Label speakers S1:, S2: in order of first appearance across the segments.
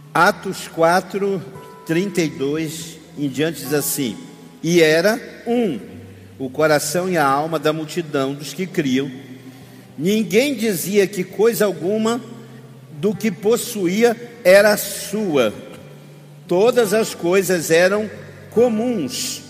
S1: Atos 4, 32 em diante diz assim: e era o coração e a alma da multidão dos que criam. Ninguém dizia que coisa alguma do que possuía era sua. Todas as coisas eram comuns.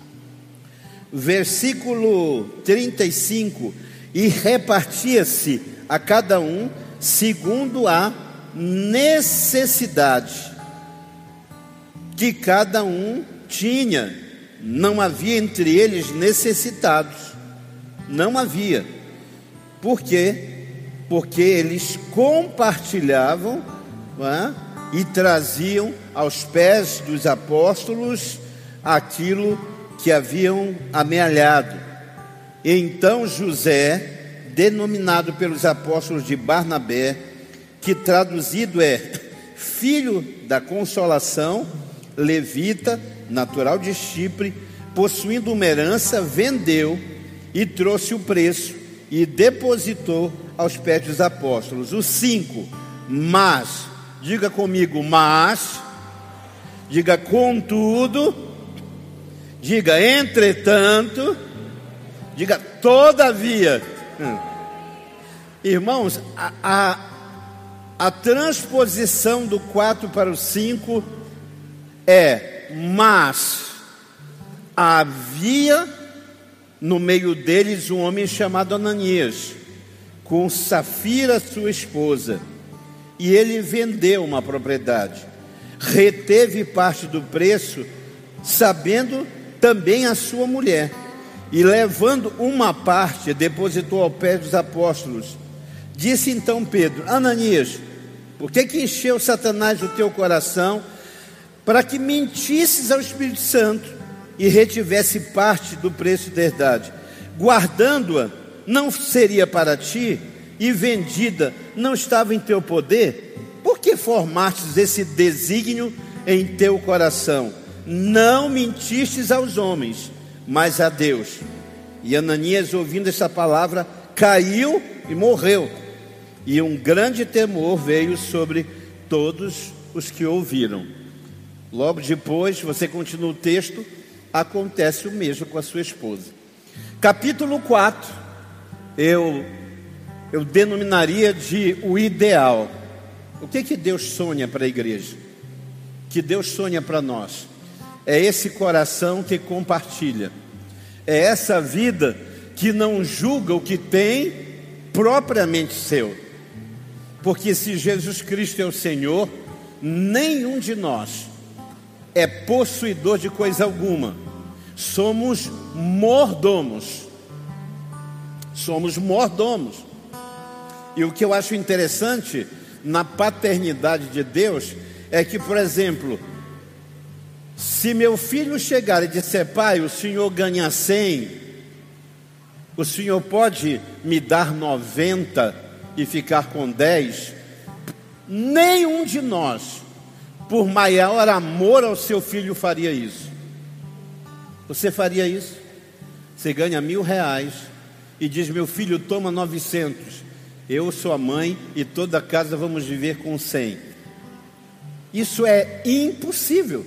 S1: Versículo 35: e repartia-se a cada um segundo a necessidade que cada um tinha. Não havia entre eles necessitados. Não havia. Por quê? Porque eles compartilhavam, e traziam aos pés dos apóstolos aquilo que haviam amealhado. Então José, denominado pelos apóstolos de Barnabé, que traduzido é filho da consolação, levita, natural de Chipre, possuindo uma herança, vendeu e trouxe o preço e depositou aos pés dos apóstolos. O 5, mas, diga comigo, mas, diga contudo, diga entretanto, diga todavia. Irmãos, a transposição do 4 para o 5 é: mas havia no meio deles um homem chamado Ananias, com Safira sua esposa, e ele vendeu uma propriedade, reteve parte do preço, sabendo também a sua mulher, e levando uma parte, depositou ao pé dos apóstolos. Disse então Pedro: Ananias, por que encheu Satanás o teu coração para que mentisses ao Espírito Santo e retivesse parte do preço da herdade? Guardando-a não seria para ti, e vendida não estava em teu poder? Por que formastes esse desígnio em teu coração? Não mentistes aos homens, mas a Deus. E Ananias, ouvindo essa palavra, caiu e morreu. E um grande temor veio sobre todos os que ouviram. Logo depois, você continua o texto, acontece o mesmo com a sua esposa. Capítulo 4, eu denominaria de o ideal. O que Deus sonha para a igreja? Que Deus sonha para nós? É esse coração que compartilha. É essa vida que não julga o que tem propriamente seu. Porque se Jesus Cristo é o Senhor, nenhum de nós é possuidor de coisa alguma. Somos mordomos. Somos mordomos. E o que eu acho interessante na paternidade de Deus é que, por exemplo, se meu filho chegar e disser: pai, o senhor ganha 100, o senhor pode me dar 90 e ficar com 10? Nenhum de nós, por maior amor ao seu filho, faria isso. Você faria isso? Você ganha R$1.000 e diz: meu filho, toma 900. Eu sou a mãe e toda a casa vamos viver com 100. Isso é impossível.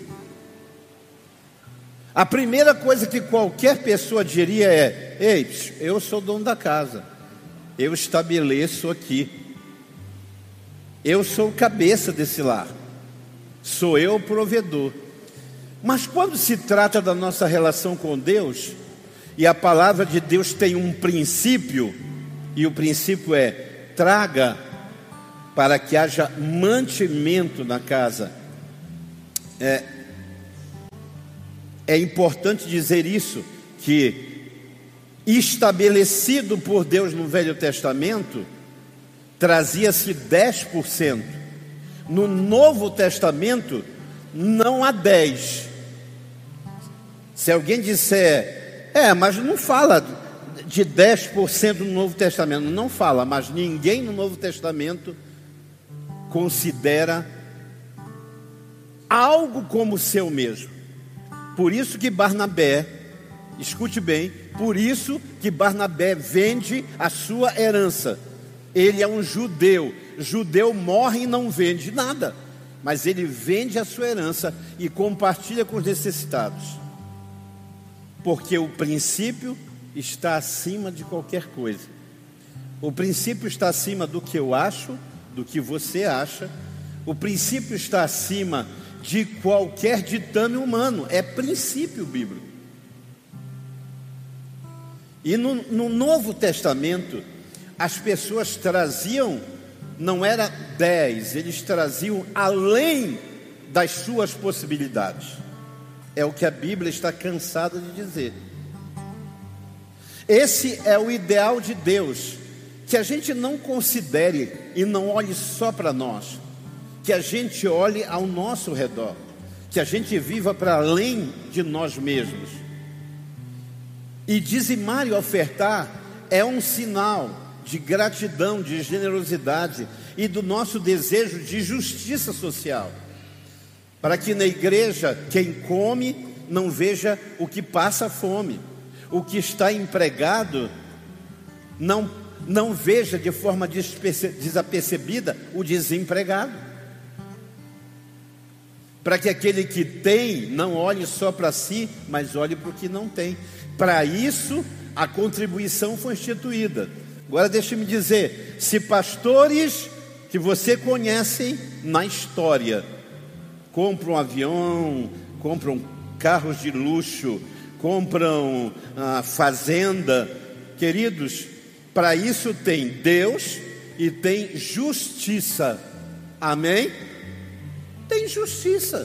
S1: A primeira coisa que qualquer pessoa diria é: ei, eu sou dono da casa, eu estabeleço aqui, eu sou o cabeça desse lar, sou eu o provedor. Mas quando se trata da nossa relação com Deus, e a palavra de Deus tem um princípio, e o princípio é: traga para que haja mantimento na casa. É importante dizer isso, que estabelecido por Deus no Velho Testamento, trazia-se 10%. No Novo Testamento, não há 10%. Se alguém disser: mas não fala de 10% no Novo Testamento. Não fala, mas ninguém no Novo Testamento considera algo como seu mesmo. Por isso que Barnabé, escute bem, por isso que Barnabé vende a sua herança. Ele é um judeu. Judeu morre e não vende nada. mas ele vende a sua herança e compartilha com os necessitados. Porque o princípio está acima de qualquer coisa. O princípio está acima do que eu acho, do que você acha. O princípio está acima de qualquer ditame humano. É princípio bíblico. E no Novo Testamento, as pessoas traziam, não era 10, eles traziam além das suas possibilidades. É o que a Bíblia está cansada de dizer. Esse é o ideal de Deus, que a gente não considere e não olhe só para nós, que a gente olhe ao nosso redor, que a gente viva para além de nós mesmos. E dizimar e ofertar é um sinal de gratidão, de generosidade e do nosso desejo de justiça social, para que na igreja quem come não veja o que passa fome, o que está empregado não veja de forma desapercebida o desempregado, para que aquele que tem não olhe só para si, mas olhe para o que não tem. Para isso a contribuição foi instituída. Agora deixe-me dizer, se pastores que você conhece na história compram avião, compram carros de luxo, compram fazenda, queridos, para isso tem Deus e tem justiça. Amém? Tem justiça.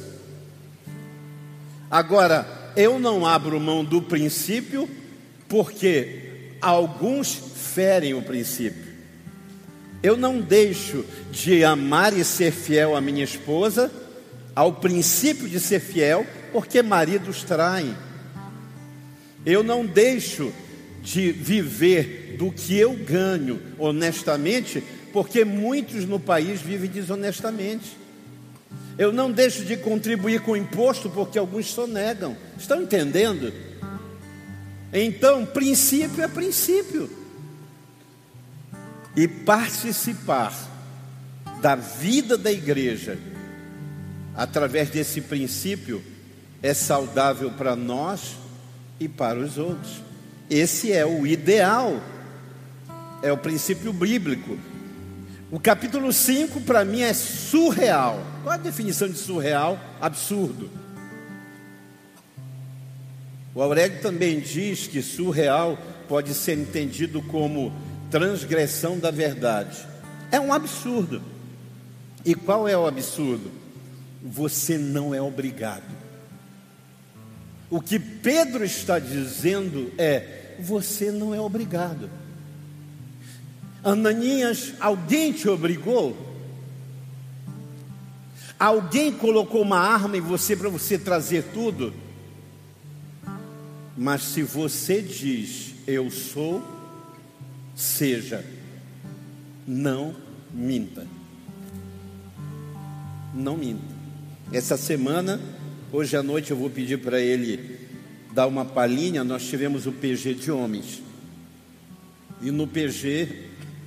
S1: Agora, eu não abro mão do princípio, porque alguns ferem o princípio. Eu não deixo de amar e ser fiel à minha esposa, ao princípio de ser fiel, porque maridos traem. Eu não deixo de viver do que eu ganho honestamente, porque muitos no país vivem desonestamente. Eu não deixo de contribuir com imposto, porque alguns sonegam. Estão entendendo? Então, princípio é princípio. E participar da vida da igreja através desse princípio é saudável para nós e para os outros. Esse é o ideal, é o princípio bíblico. O capítulo 5 para mim é surreal. Qual a definição de surreal? Absurdo. O Aurélio também diz que surreal pode ser entendido como transgressão da verdade. É um absurdo. E qual é o absurdo? Você não é obrigado. O que Pedro está dizendo é: você não é obrigado. Ananias, alguém te obrigou? Alguém colocou uma arma em você para você trazer tudo? Mas se você diz eu sou, seja, não minta. Não minta. Essa semana, hoje à noite eu vou pedir para ele dar uma palhinha. Nós tivemos o PG de homens. E no PG,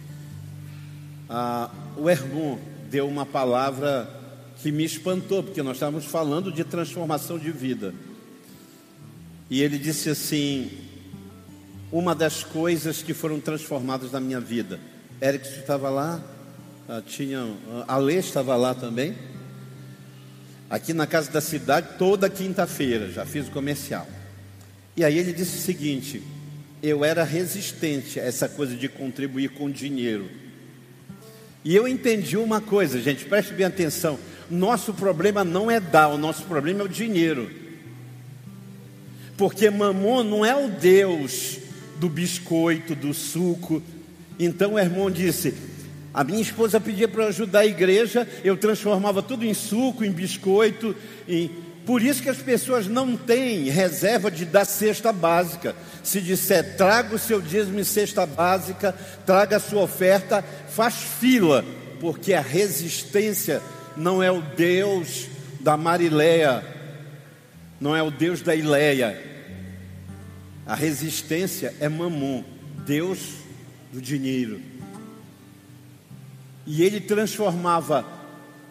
S1: o Hermon deu uma palavra que me espantou, porque nós estávamos falando de transformação de vida. E ele disse assim: uma das coisas que foram transformadas na minha vida. Eric estava lá, a Lê estava lá também. Aqui na Casa da Cidade, toda quinta-feira, já fiz o comercial. E aí ele disse o seguinte: eu era resistente a essa coisa de contribuir com dinheiro. E eu entendi uma coisa, gente, preste bem atenção. Nosso problema não é dar, o nosso problema é o dinheiro. Porque Mamon não é o Deus do biscoito, do suco. Então o irmão disse: a minha esposa pedia para eu ajudar a igreja, eu transformava tudo em suco, em biscoito. Por isso que as pessoas não têm reserva de dar cesta básica. Se disser, traga o seu dízimo em cesta básica, traga a sua oferta, faz fila, porque a resistência não é o Deus da Marileia, não é o Deus da Ileia. A resistência é Mamon, Deus do dinheiro. E ele transformava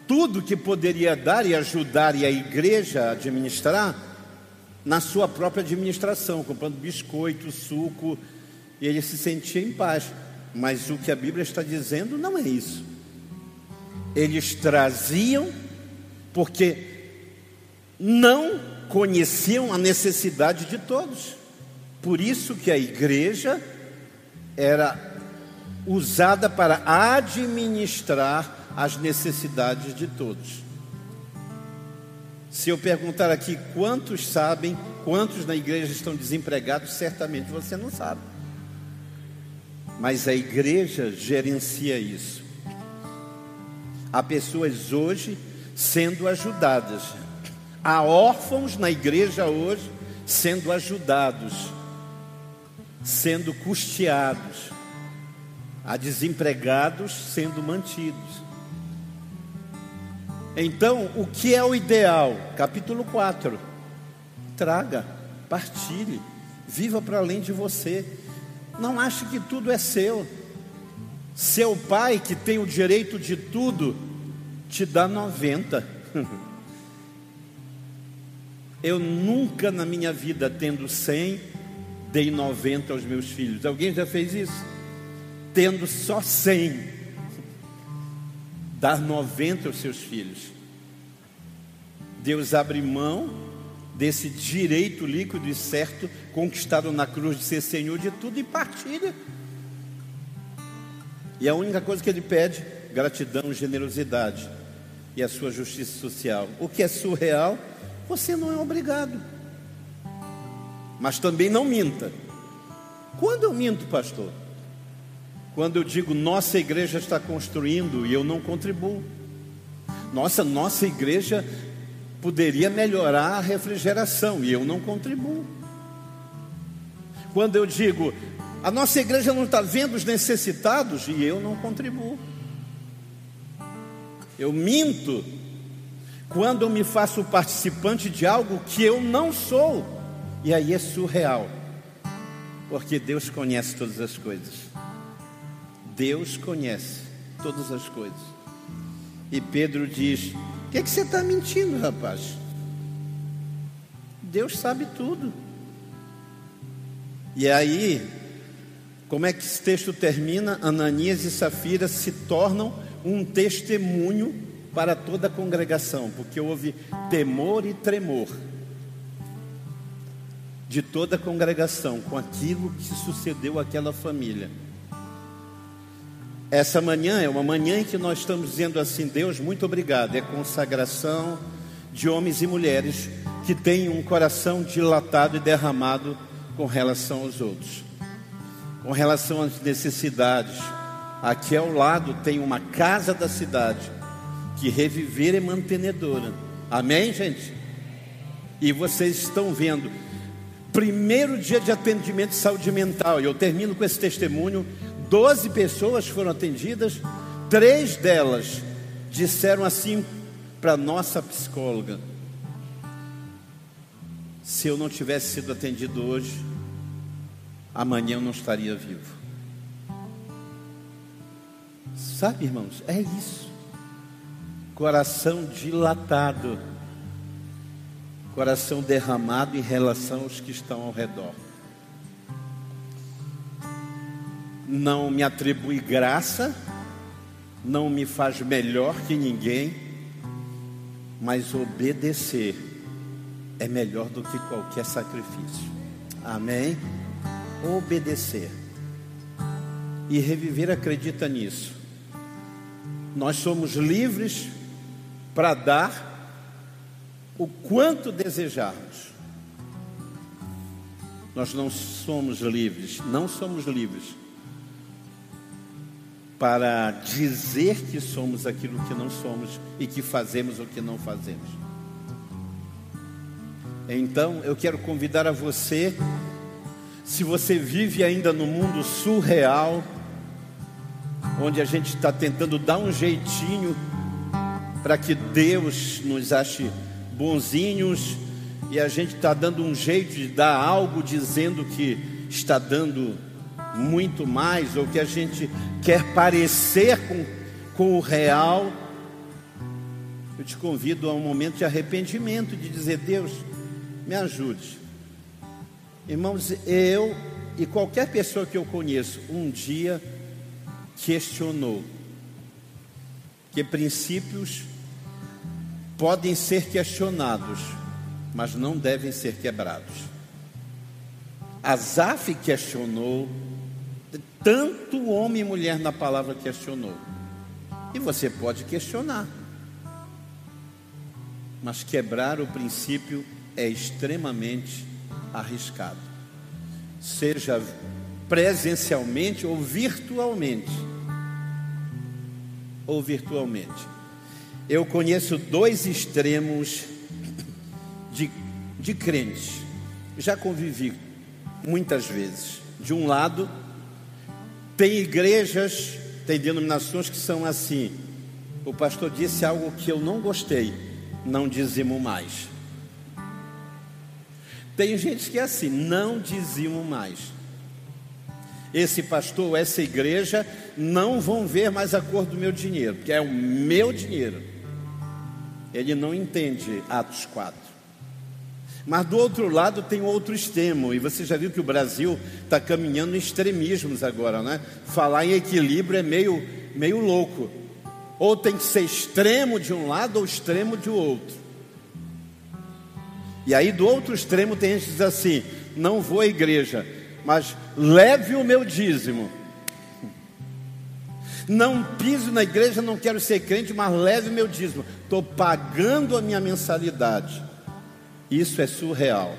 S1: tudo que poderia dar e ajudar a igreja a administrar na sua própria administração, comprando biscoito, suco, e ele se sentia em paz. Mas o que a Bíblia está dizendo não é isso. Eles traziam porque não conheciam a necessidade de todos. Por isso que a igreja era usada para administrar as necessidades de todos. Se eu perguntar aqui quantos sabem, quantos na igreja estão desempregados, certamente você não sabe. Mas a igreja gerencia isso. Há pessoas hoje sendo ajudadas. Há órfãos na igreja hoje sendo ajudados, sendo custeados. Há desempregados sendo mantidos. Então, o que é o ideal? Capítulo 4. Traga, partilhe, viva para além de você. Não ache que tudo é seu. Seu pai, que tem o direito de tudo, te dá 90. Eu nunca na minha vida, tendo 100, dei 90 aos meus filhos. Alguém já fez isso? Tendo só 100, dar 90 aos seus filhos. Deus abre mão desse direito líquido e certo, conquistado na cruz, de ser Senhor de tudo, e partilha. E a única coisa que Ele pede: gratidão, generosidade e a sua justiça social. O que é surreal, você não é obrigado. Mas também não minta. Quando eu minto, pastor? Quando eu digo, nossa igreja está construindo e eu não contribuo. Nossa igreja poderia melhorar a refrigeração e eu não contribuo. Quando eu digo, a nossa igreja não está vendo os necessitados e eu não contribuo. Eu minto quando eu me faço participante de algo que eu não sou. E aí é surreal, porque Deus conhece todas as coisas. Deus conhece todas as coisas. E Pedro diz: o que é que você está mentindo, rapaz? Deus sabe tudo. E aí, como é que esse texto termina? Ananias e Safira se tornam um testemunho para toda a congregação, porque houve temor e tremor de toda a congregação com aquilo que sucedeu àquela família. Essa manhã é uma manhã em que nós estamos dizendo assim: Deus, muito obrigado. É consagração de homens e mulheres que têm um coração dilatado e derramado com relação aos outros, com relação às necessidades. Aqui ao lado tem uma casa da cidade que Reviver é mantenedora. Amém, gente? E vocês estão vendo, primeiro dia de atendimento de saúde mental, e eu termino com esse testemunho. 12 pessoas foram atendidas. 3 delas disseram assim para nossa psicóloga: se eu não tivesse sido atendido hoje, amanhã eu não estaria vivo. Sabe, irmãos, é isso. Coração dilatado, coração derramado em relação aos que estão ao redor. Não me atribui graça, não me faz melhor que ninguém, mas obedecer é melhor do que qualquer sacrifício. Amém? Obedecer. E Reviver acredita nisso. Nós somos livres para dar o quanto desejarmos. Nós não somos livres para dizer que somos aquilo que não somos e que fazemos o que não fazemos. Então eu quero convidar a você, se você vive ainda no mundo surreal, onde a gente está tentando dar um jeitinho para que Deus nos ache bonzinhos, e a gente está dando um jeito de dar algo dizendo que está dando muito mais, ou que a gente quer parecer com o real. eu te convido a um momento de arrependimento, de dizer: Deus, me ajude. Irmãos, eu e qualquer pessoa que eu conheço, um dia questionou que princípios podem ser questionados, mas não devem ser quebrados. Asaf questionou, tanto homem e mulher na palavra questionou. E você pode questionar, mas quebrar o princípio é extremamente arriscado, seja presencialmente ou virtualmente. Eu conheço dois extremos de crentes, já convivi muitas vezes. De um lado, tem igrejas, tem denominações que são assim: o pastor disse algo que eu não gostei, não dizimo mais. Tem gente que é assim: não dizimo mais. Esse pastor ou essa igreja não vão ver mais a cor do meu dinheiro, porque é o meu dinheiro. Ele não entende Atos 4. Mas do outro lado tem outro extremo, e você já viu que o Brasil está caminhando em extremismos agora, né? Falar em equilíbrio é meio louco. Ou tem que ser extremo de um lado ou extremo de outro. E aí do outro extremo tem gente que diz assim: não vou à igreja, mas leve o meu dízimo. Não piso na igreja, não quero ser crente, mas leve o meu dízimo. Estou pagando a minha mensalidade. Isso é surreal.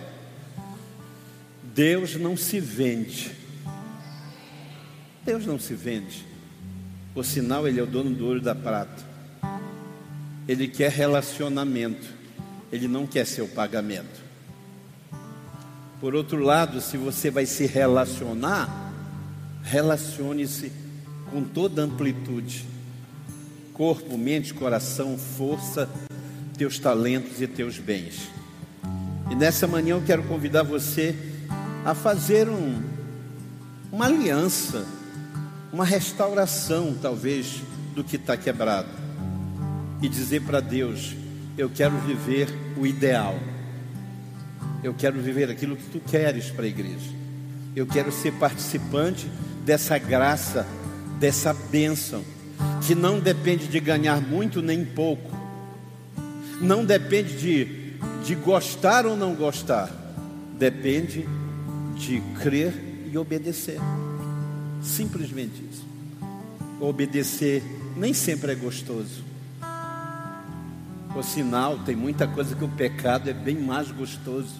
S1: Deus não se vende. Deus não se vende. Por sinal, Ele é o dono do ouro e da prata. Ele quer relacionamento. Ele não quer seu pagamento. Por outro lado, se você vai se relacionar, relacione-se com toda amplitude. Corpo, mente, coração, força, teus talentos e teus bens. E nessa manhã eu quero convidar você a fazer uma aliança, uma restauração talvez do que está quebrado. E dizer para Deus: eu quero viver o ideal. Eu quero viver aquilo que tu queres para a igreja. Eu quero ser participante dessa graça, dessa bênção, que não depende de ganhar muito nem pouco. Não depende de gostar ou não gostar. Depende de crer e obedecer. Simplesmente isso. Obedecer nem sempre é gostoso. Por sinal, tem muita coisa que o pecado é bem mais gostoso.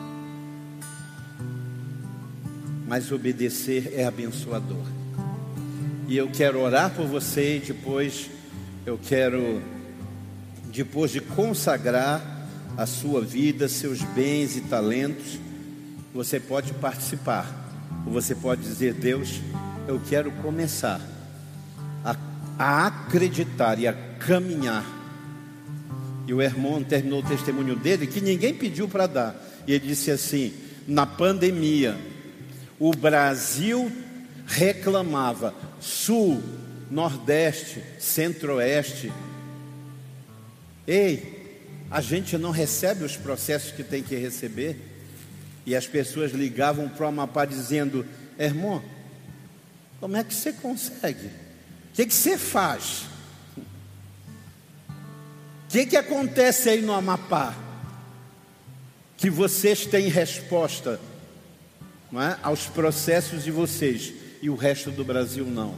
S1: Mas obedecer é abençoador. E eu quero orar por você e depois depois de consagrar a sua vida, seus bens e talentos, você pode participar. Ou você pode dizer: Deus, eu quero começar a acreditar e a caminhar. E o irmão terminou o testemunho dele, que ninguém pediu para dar. E ele disse assim: na pandemia, o Brasil reclamava, Sul, Nordeste, Centro-Oeste: ei, a gente não recebe os processos que tem que receber. E as pessoas ligavam para o Amapá dizendo: irmão, como é que você consegue? O que você faz? O que acontece aí no Amapá? Que vocês têm resposta, não é, aos processos de vocês, e o resto do Brasil não.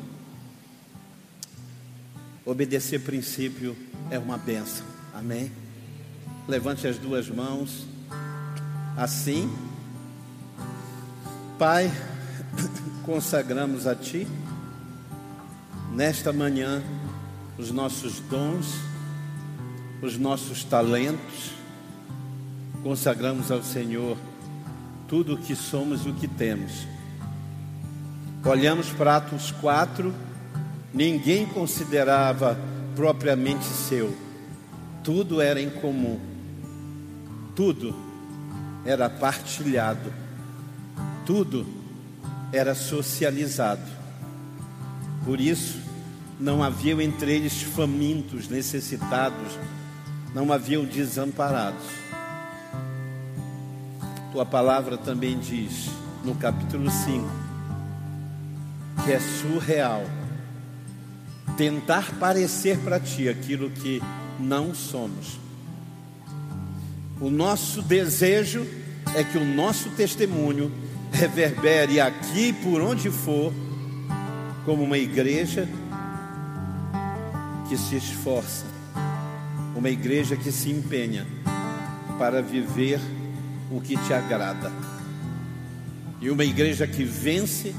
S1: Obedecer princípio é uma bênção. Amém? Levante as duas mãos assim. Pai, consagramos a Ti nesta manhã os nossos dons, os nossos talentos. Consagramos ao Senhor tudo o que somos e o que temos. Olhamos para Atos 4, ninguém considerava propriamente seu. Tudo era em comum. Tudo era partilhado. Tudo era socializado. Por isso, não havia entre eles famintos, necessitados, não haviam desamparados. Tua palavra também diz, no capítulo 5, que é surreal tentar parecer para ti aquilo que não somos. O nosso desejo é que o nosso testemunho reverbere aqui por onde for, como uma igreja que se esforça, uma igreja que se empenha para viver o que te agrada, e uma igreja que vence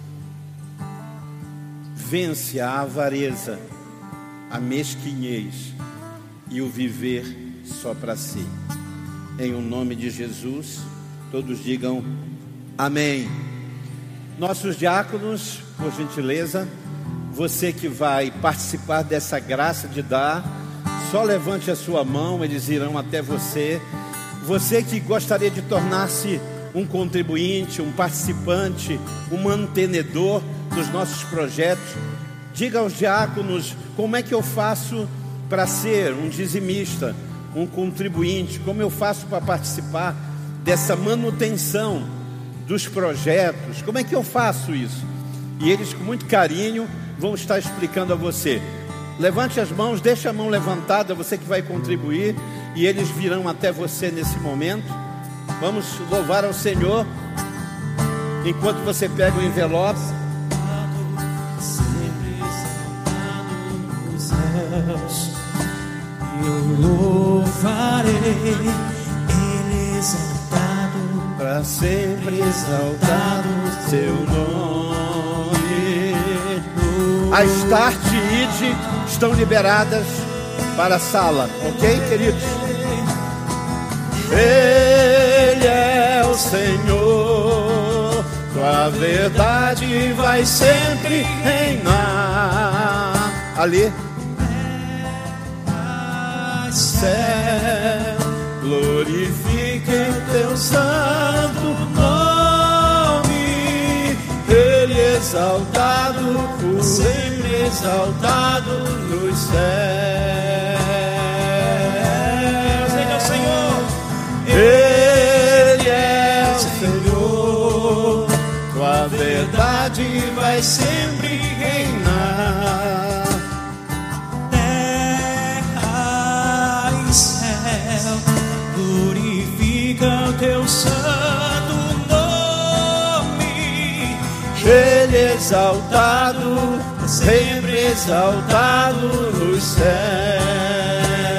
S1: a avareza, a mesquinhez e o viver só para si. Em o nome de Jesus, todos digam amém. Nossos diáconos, por gentileza, você que vai participar dessa graça de dar, só levante a sua mão, eles irão até você. Você que gostaria de tornar-se um contribuinte, um participante, um mantenedor dos nossos projetos, diga aos diáconos: como é que eu faço para ser um dizimista, um contribuinte? Como eu faço para participar dessa manutenção dos projetos? Como é que eu faço isso? E eles, com muito carinho, vão estar explicando a você. Levante as mãos, deixe a mão levantada, você que vai contribuir, e eles virão até você nesse momento. Vamos louvar ao Senhor enquanto você pega o envelope.
S2: Eu louvarei, Ele exaltado,
S1: para sempre exaltado seu nome. A Start e ID estão liberadas para a sala, ok, queridos? Ele é o Senhor, tua verdade vai sempre reinar. Ali, céu, glorifique o teu santo nome. Ele exaltado, por sempre exaltado nos céus. Ele é o Senhor. Ele é o Senhor, tua verdade vai sempre reinar.
S2: Terra e céu, glorifica o teu santo nome.
S1: Ele exaltado, sempre exaltado nos céus.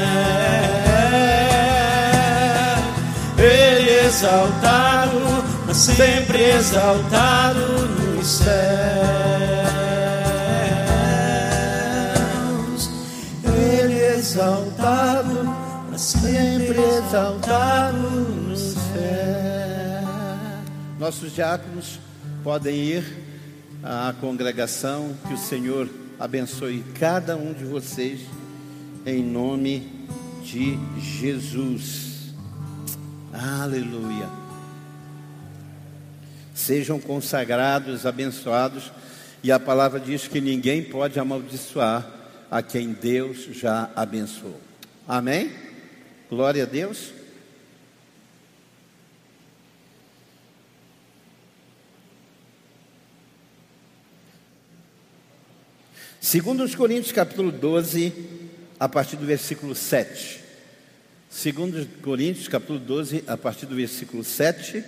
S1: Ele exaltado, sempre exaltado nos céus. Ele exaltado, sempre exaltado nos céus. Nossos diáconos podem ir à congregação. Que o Senhor abençoe cada um de vocês, em nome de Jesus. Aleluia. Sejam consagrados, abençoados. E a palavra diz que ninguém pode amaldiçoar a quem Deus já abençoou. Amém? Glória a Deus. Segundo os Coríntios capítulo 12, a partir do versículo 7. Segundo os Coríntios capítulo 12, a partir do versículo 7.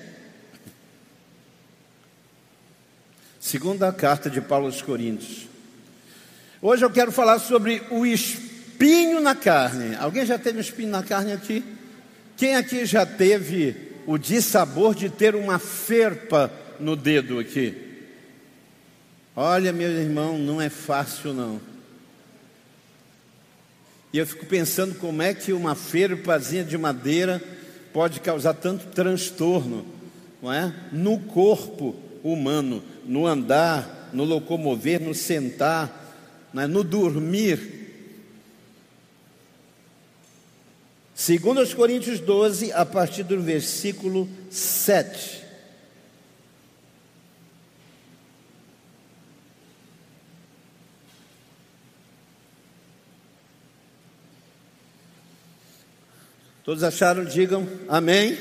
S1: Segunda carta de Paulo aos Coríntios. Hoje eu quero falar sobre o espinho na carne. Alguém já teve um espinho na carne aqui? Quem aqui já teve o dissabor de ter uma ferpa no dedo aqui? Olha, meu irmão, não é fácil não. E eu fico pensando como é que uma ferpazinha de madeira pode causar tanto transtorno, não é? No corpo humano, no andar, no locomover, no sentar, não é? No dormir. Segundo aos Coríntios 12, a partir do versículo 7. Todos acharam? Digam amém.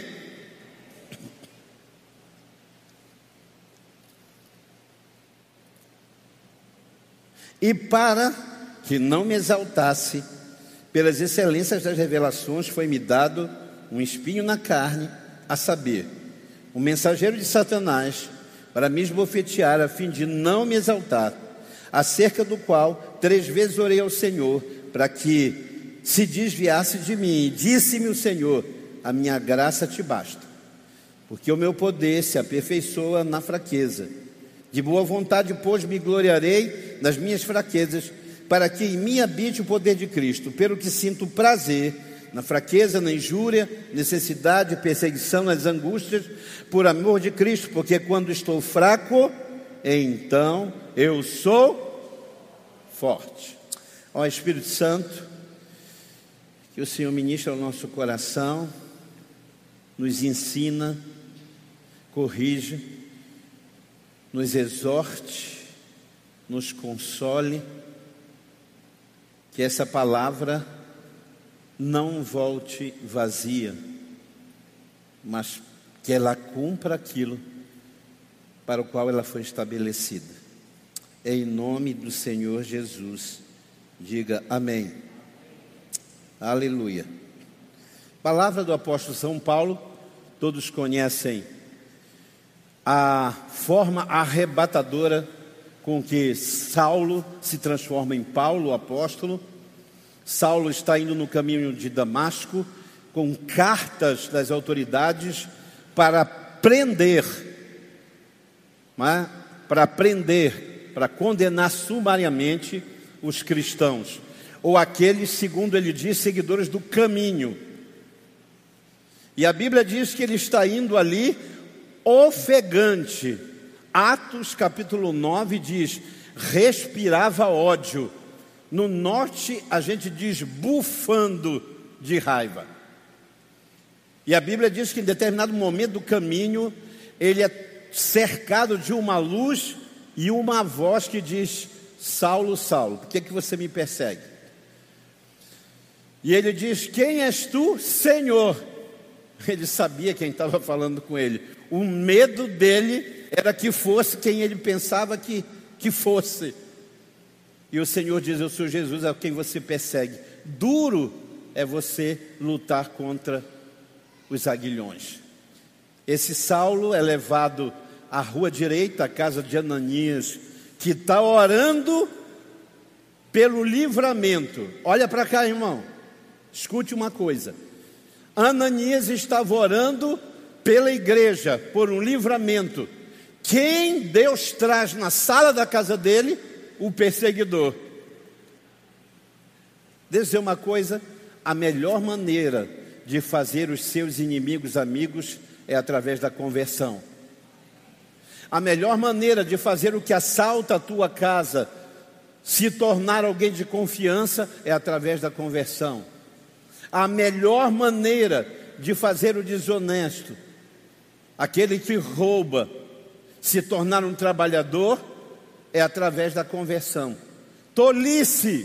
S1: E para que não me exaltasse pelas excelências das revelações, foi-me dado um espinho na carne, a saber, um mensageiro de Satanás, para me esbofetear, a fim de não me exaltar, acerca do qual 3 vezes orei ao Senhor, para que se desviasse de mim. E disse-me o Senhor: a minha graça te basta, porque o meu poder se aperfeiçoa na fraqueza. De boa vontade, pois, me gloriarei nas minhas fraquezas, para que em mim habite o poder de Cristo, pelo que sinto prazer na fraqueza, na injúria, necessidade, perseguição, nas angústias, por amor de Cristo, porque quando estou fraco, então eu sou forte. Ó Espírito Santo, que o Senhor ministre ao nosso coração, nos ensina, corrija, nos exorte, nos console, que essa palavra não volte vazia, mas que ela cumpra aquilo para o qual ela foi estabelecida. Em nome do Senhor Jesus, diga amém. Aleluia. Palavra do apóstolo São Paulo, todos conhecem a forma arrebatadora com que Saulo se transforma em Paulo, o apóstolo. Saulo está indo no caminho de Damasco com cartas das autoridades para prender, para condenar sumariamente os cristãos, ou aqueles, segundo ele diz, seguidores do caminho. E a Bíblia diz que ele está indo ali ofegante. Atos capítulo 9 diz: respirava ódio. No norte a gente diz bufando de raiva. E a Bíblia diz que em determinado momento do caminho ele é cercado de uma luz e uma voz que diz: Saulo, Saulo, por que você me persegue? E ele diz: quem és tu, Senhor? Ele sabia quem estava falando com ele. O medo dele era que fosse quem ele pensava que fosse. E o Senhor diz: eu sou Jesus a quem você persegue. Duro é você lutar contra os aguilhões. Esse Saulo é levado à rua direita, à casa de Ananias, que está orando pelo livramento. Olha para cá, irmão, escute uma coisa. Ananias estava orando pela igreja, por um livramento. Quem Deus traz na sala da casa dele? O perseguidor. Deixa eu dizer uma coisa: a melhor maneira de fazer os seus inimigos amigos é através da conversão. A melhor maneira de fazer o que assalta a tua casa se tornar alguém de confiança é através da conversão. A melhor maneira de fazer o desonesto, aquele que rouba, se tornar um trabalhador, é através da conversão. Tolice,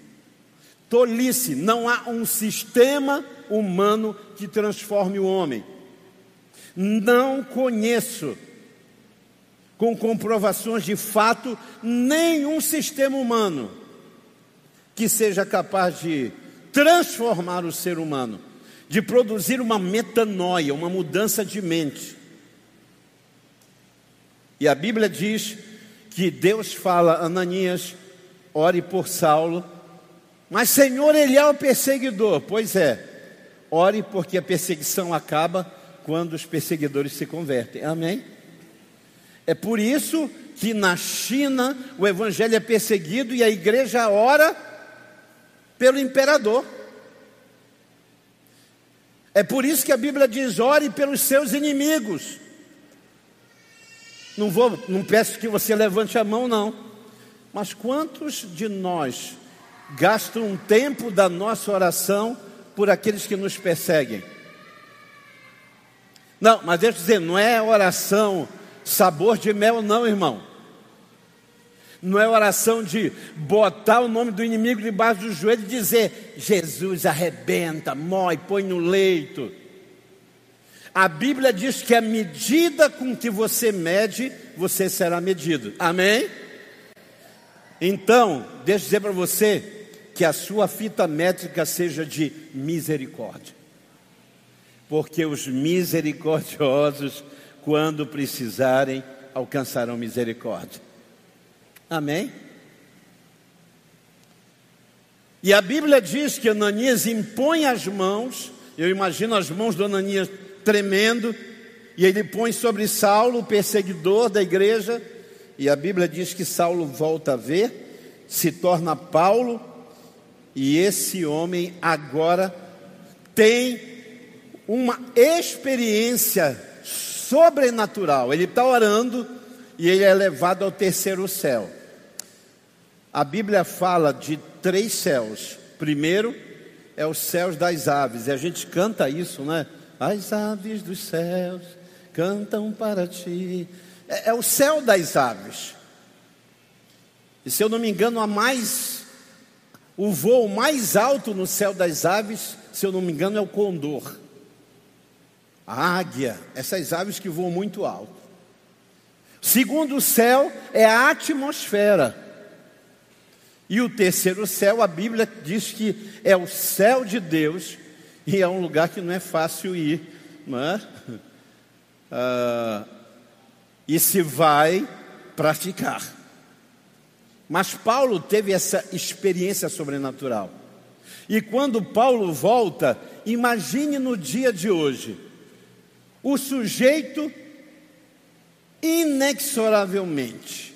S1: não há um sistema humano que transforme o homem. Não conheço, com comprovações de fato, nenhum sistema humano que seja capaz de transformar o ser humano, de produzir uma metanoia, uma mudança de mente. E a Bíblia diz que Deus fala: Ananias, ore por Saulo. Mas Senhor, ele é o perseguidor. Pois é, ore, porque a perseguição acaba quando os perseguidores se convertem. Amém? É por isso que na China o evangelho é perseguido e a igreja ora pelo imperador. É por isso que a Bíblia diz: ore pelos seus inimigos. Não peço que você levante a mão, não. Mas quantos de nós gastam um tempo da nossa oração por aqueles que nos perseguem? Não, mas deixa eu dizer, não é oração sabor de mel, não, irmão. Não é oração de botar o nome do inimigo debaixo do joelho e dizer: Jesus, arrebenta, mói, põe no leito. A Bíblia diz que a medida com que você mede, você será medido. Amém? Então, deixa eu dizer para você que a sua fita métrica seja de misericórdia. Porque os misericordiosos, quando precisarem, alcançarão misericórdia. Amém? E a Bíblia diz que Ananias impõe as mãos. Eu imagino as mãos do Ananias tremendo, e ele põe sobre Saulo, o perseguidor da igreja, e a Bíblia diz que Saulo volta a ver, se torna Paulo, e esse homem agora tem uma experiência sobrenatural. Ele está orando e ele é levado ao terceiro céu. A Bíblia fala de 3 céus. Primeiro é os céus das aves, e a gente canta isso, né? As aves dos céus cantam para ti. É o céu das aves. E se eu não me engano, o voo mais alto no céu das aves, se eu não me engano, é o condor, a águia, essas aves que voam muito alto. Segundo o céu é a atmosfera. E o terceiro céu, a Bíblia diz que é o céu de Deus, e é um lugar que não é fácil ir, não é? E se vai para ficar. Mas Paulo teve essa experiência sobrenatural. E quando Paulo volta, imagine no dia de hoje, o sujeito inexoravelmente,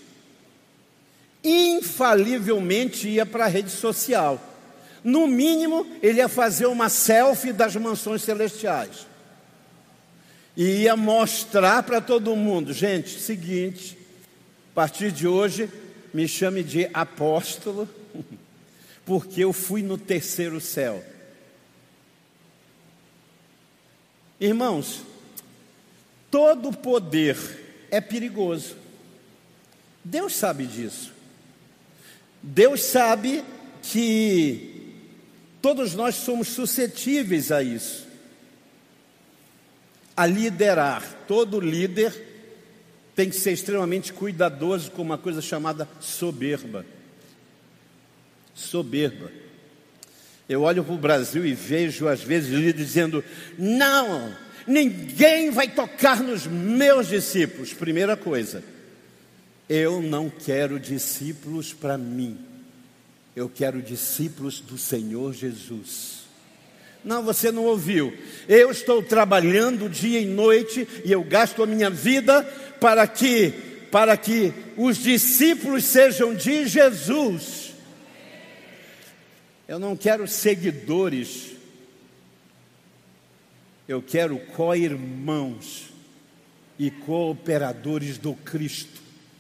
S1: infalivelmente ia para a rede social. No mínimo, ele ia fazer uma selfie das mansões celestiais. E ia mostrar para todo mundo: gente, seguinte, a partir de hoje, me chame de apóstolo, porque eu fui no terceiro céu. Irmãos, todo poder é perigoso. Deus sabe disso. Deus sabe que todos nós somos suscetíveis a isso, a liderar. Todo líder tem que ser extremamente cuidadoso com uma coisa chamada soberba. Soberba. Eu olho para o Brasil e vejo às vezes líderes dizendo: não, ninguém vai tocar nos meus discípulos. Primeira coisa, eu não quero discípulos para mim. Eu quero discípulos do Senhor Jesus. Não, você não ouviu. Eu estou trabalhando dia e noite e eu gasto a minha vida para que os discípulos sejam de Jesus. Eu não quero seguidores. Eu quero co-irmãos e cooperadores do Cristo.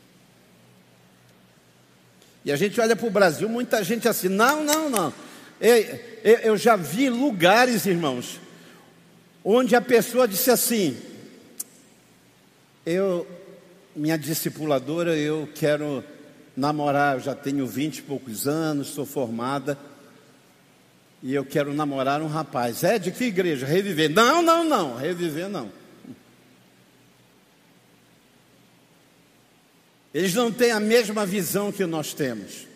S1: E a gente olha para o Brasil, muita gente assim: não. Eu já vi lugares, irmãos, onde a pessoa disse assim: minha discipuladora, eu quero namorar, eu já tenho 20 e poucos anos, sou formada, e eu quero namorar um rapaz. É de que igreja? Reviver? Não, reviver não. Eles não têm a mesma visão que nós temos.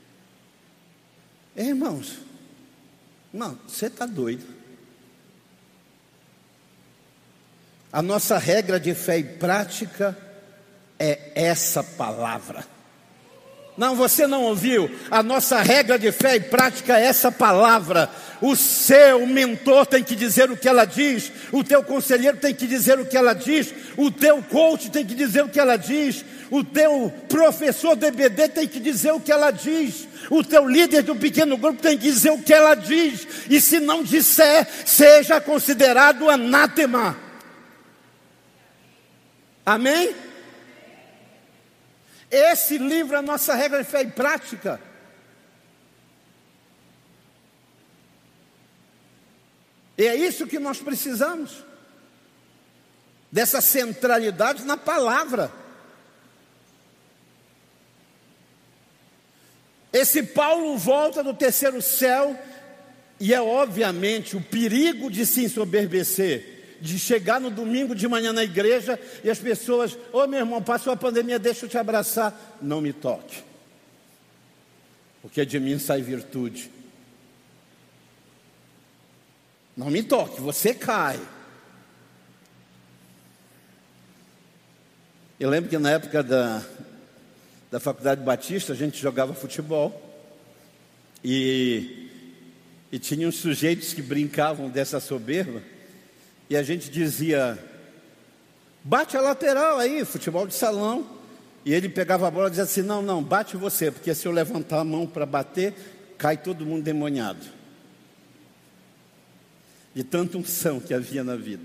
S1: Irmãos, você está doido. A nossa regra de fé e prática é essa palavra. Não, você não ouviu? A nossa regra de fé e prática é essa palavra. O seu mentor tem que dizer o que ela diz, o teu conselheiro tem que dizer o que ela diz, o teu coach tem que dizer o que ela diz, o teu professor de EBD tem que dizer o que ela diz, o teu líder do pequeno grupo tem que dizer o que ela diz, e se não disser, seja considerado anátema. Amém? Esse livro é a nossa regra de fé e prática. E é isso que nós precisamos, dessa centralidade na palavra. Esse Paulo volta do terceiro céu, e é obviamente o perigo de se ensoberbecer, de chegar no domingo de manhã na igreja e as pessoas: ô meu irmão, passou a pandemia, deixa eu te abraçar. Não me toque, porque de mim sai virtude. Não me toque, você cai. Eu lembro que na época da Faculdade Batista, a gente jogava futebol, e tinha uns sujeitos que brincavam dessa soberba, e a gente dizia: bate a lateral aí, futebol de salão. E ele pegava a bola e dizia assim: não, bate você, porque se eu levantar a mão para bater, cai todo mundo endemoniado. De tanta unção que havia na vida.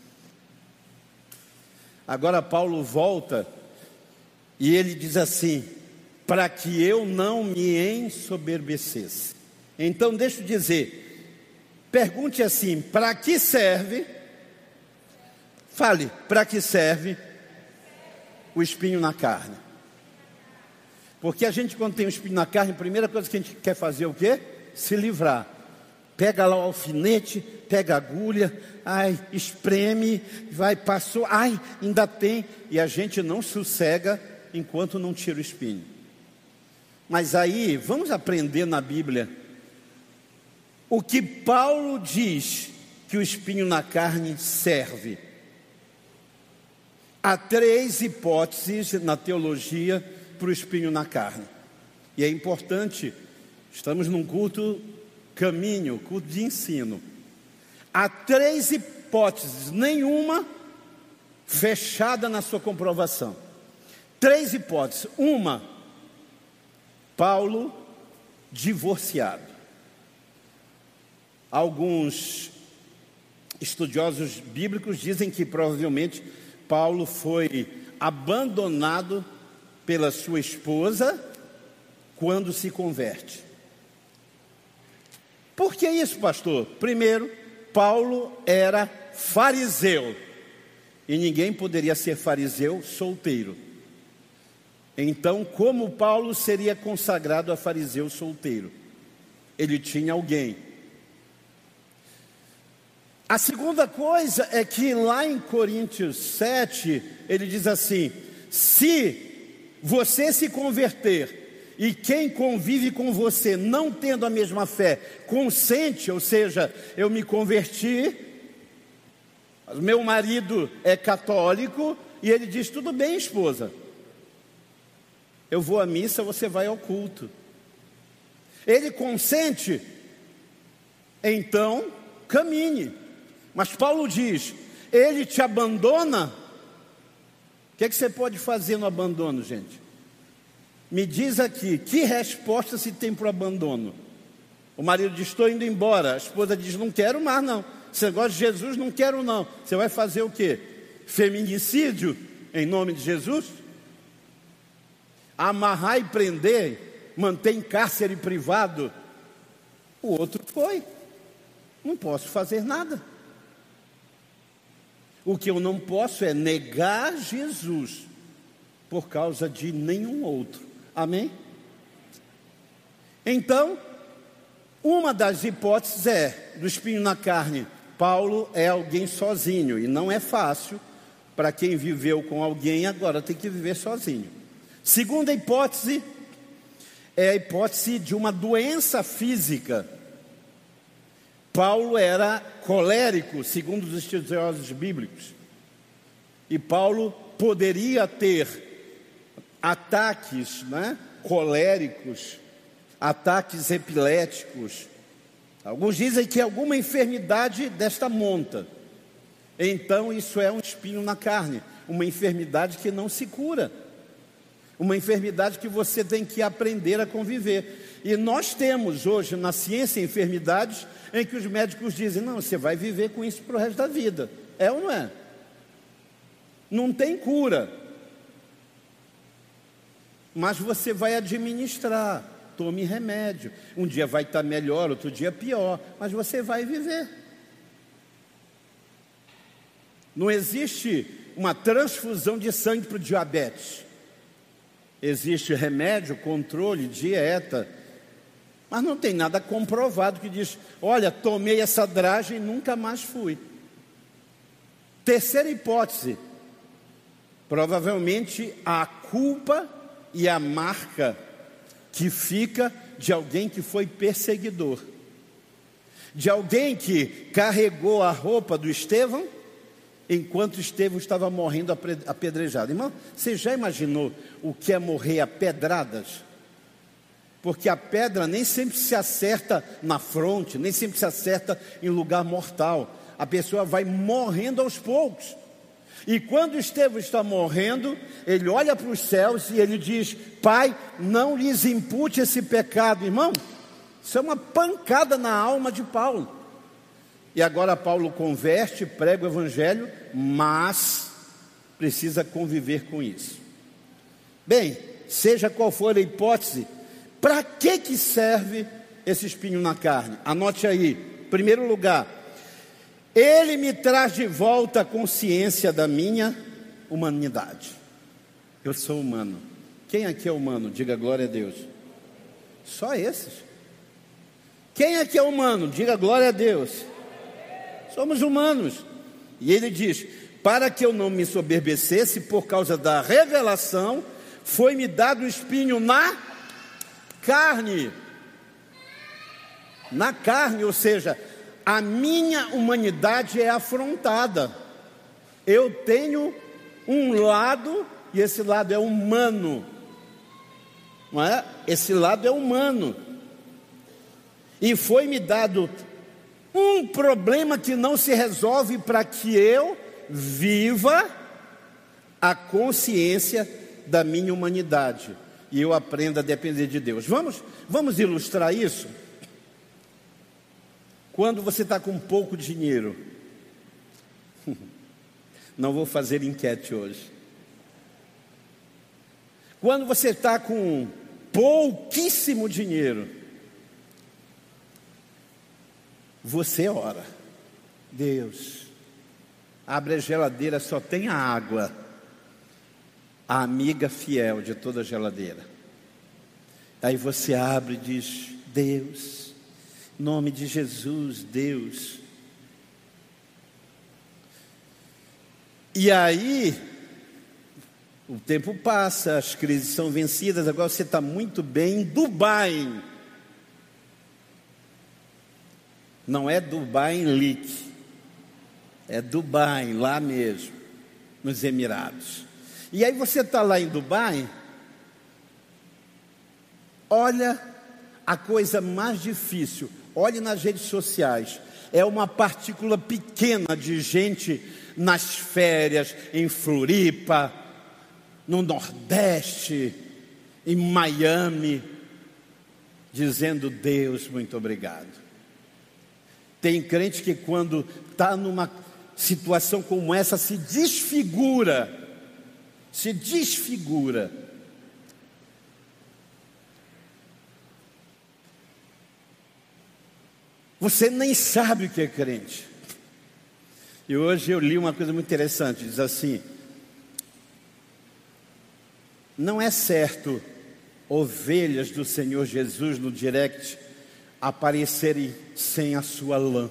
S1: Agora Paulo volta e ele diz assim: para que eu não me ensoberbecesse. Então deixa eu dizer, pergunte assim: para que serve? Fale, para que serve o espinho na carne? Porque a gente, quando tem um espinho na carne, a primeira coisa que a gente quer fazer é o quê? Se livrar. Pega lá o alfinete, pega a agulha, ai, espreme, vai, passou, ai, ainda tem. E a gente não sossega enquanto não tira o espinho. Mas aí, vamos aprender na Bíblia o que Paulo diz que o espinho na carne serve. Há 3 hipóteses na teologia para o espinho na carne. E é importante, estamos num culto caminho, culto de ensino. Há 3 hipóteses, nenhuma fechada na sua comprovação. 3 hipóteses. Uma, Paulo divorciado. Alguns estudiosos bíblicos dizem que provavelmente Paulo foi abandonado pela sua esposa quando se converte. Por que isso, pastor? Primeiro, Paulo era fariseu, e ninguém poderia ser fariseu solteiro. Então, como Paulo seria consagrado a fariseu solteiro? Ele tinha alguém. A segunda coisa é que lá em Coríntios 7, ele diz assim: se você se converter e quem convive com você não tendo a mesma fé consente, ou seja, eu me converti, meu marido é católico, e ele diz: tudo bem, esposa, eu vou à missa, você vai ao culto. Ele consente, então caminhe. Mas Paulo diz: ele te abandona. O que você pode fazer no abandono, gente? Me diz aqui, que resposta se tem para o abandono? O marido diz: estou indo embora. A esposa diz: não quero mais não. Você gosta de Jesus? Não quero não. Você vai fazer o quê? Feminicídio em nome de Jesus? Amarrar e prender, manter em cárcere privado? O outro foi. Não posso fazer nada. O que eu não posso é negar Jesus por causa de nenhum outro. Amém? Então, uma das hipóteses é, do espinho na carne, Paulo é alguém sozinho, e não é fácil para quem viveu com alguém, agora tem que viver sozinho. Segunda hipótese é a hipótese de uma doença física. Paulo era colérico, segundo os estudiosos bíblicos, e Paulo poderia ter ataques, coléricos, ataques epiléticos. Alguns dizem que é alguma enfermidade desta monta. Então isso é um espinho na carne, uma enfermidade que não se cura, uma enfermidade que você tem que aprender a conviver. E nós temos hoje na ciência enfermidades em que os médicos dizem: não, você vai viver com isso para o resto da vida. É ou não é? Não tem cura, mas você vai administrar. Tome remédio. Um dia vai estar melhor, outro dia pior, mas você vai viver. Não existe uma transfusão de sangue para o diabetes. Existe remédio, controle, dieta, Mas não tem nada comprovado que diz: olha, tomei essa dragem e nunca mais fui. Terceira hipótese: provavelmente a culpa e a marca que fica de alguém que foi perseguidor, de alguém que carregou a roupa do Estevão enquanto Estevão estava morrendo apedrejado. Irmão, você já imaginou o que é morrer a pedradas? Porque a pedra nem sempre se acerta na fronte, nem sempre se acerta em lugar mortal. A pessoa vai morrendo aos poucos. E quando Estevão está morrendo, ele olha para os céus e ele diz: Pai, não lhes impute esse pecado. Irmão, isso é uma pancada na alma de Paulo. E agora Paulo converte, prega o evangelho, mas precisa conviver com isso. Bem, seja qual for a hipótese, para que serve esse espinho na carne? Anote aí. Primeiro lugar, ele me traz de volta a consciência da minha humanidade. Eu sou humano. Quem aqui é humano? Diga glória a Deus. Só esses. Quem aqui é humano? Diga glória a Deus. Somos humanos. E ele diz: para que eu não me soberbecesse, por causa da revelação, foi-me dado o espinho na carne. Na carne, ou seja, a minha humanidade é afrontada. Eu tenho um lado, e esse lado é humano, não é? Esse lado é humano. E foi-me dado um problema que não se resolve para que eu viva a consciência da minha humanidade e eu aprenda a depender de Deus. Vamos ilustrar isso? Quando você está com pouco dinheiro, não vou fazer enquete hoje. Quando você está com pouquíssimo dinheiro, você ora: Deus, abre a geladeira, só tem a água, a amiga fiel de toda geladeira. Aí você abre e diz: Deus, em nome de Jesus, Deus. E aí o tempo passa, as crises são vencidas, agora você está muito bem em Dubai. Não é Dubai em Lique, é Dubai, lá mesmo, nos Emirados. E aí você está lá em Dubai, olha a coisa mais difícil, olhe nas redes sociais, é uma partícula pequena de gente nas férias, em Floripa, no Nordeste, em Miami, dizendo: Deus, muito obrigado. Tem crente que quando está numa situação como essa se desfigura. Você nem sabe o que é crente. E hoje eu li uma coisa muito interessante, diz assim: não é certo ovelhas do Senhor Jesus no direct aparecerem sem a sua lã.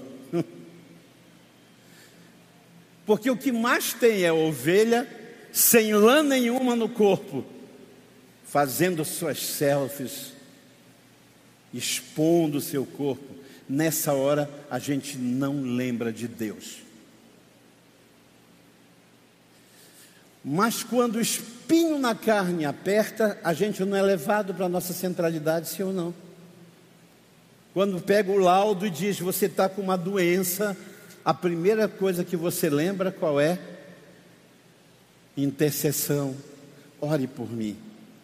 S1: Porque o que mais tem é ovelha sem lã nenhuma no corpo, fazendo suas selfies, expondo o seu corpo. Nessa hora a gente não lembra de Deus. Mas quando o espinho na carne aperta, a gente não é levado para a nossa centralidade, sim ou não? Quando pega o laudo e diz: você está com uma doença, a primeira coisa que você lembra qual é? Intercessão. Ore por mim.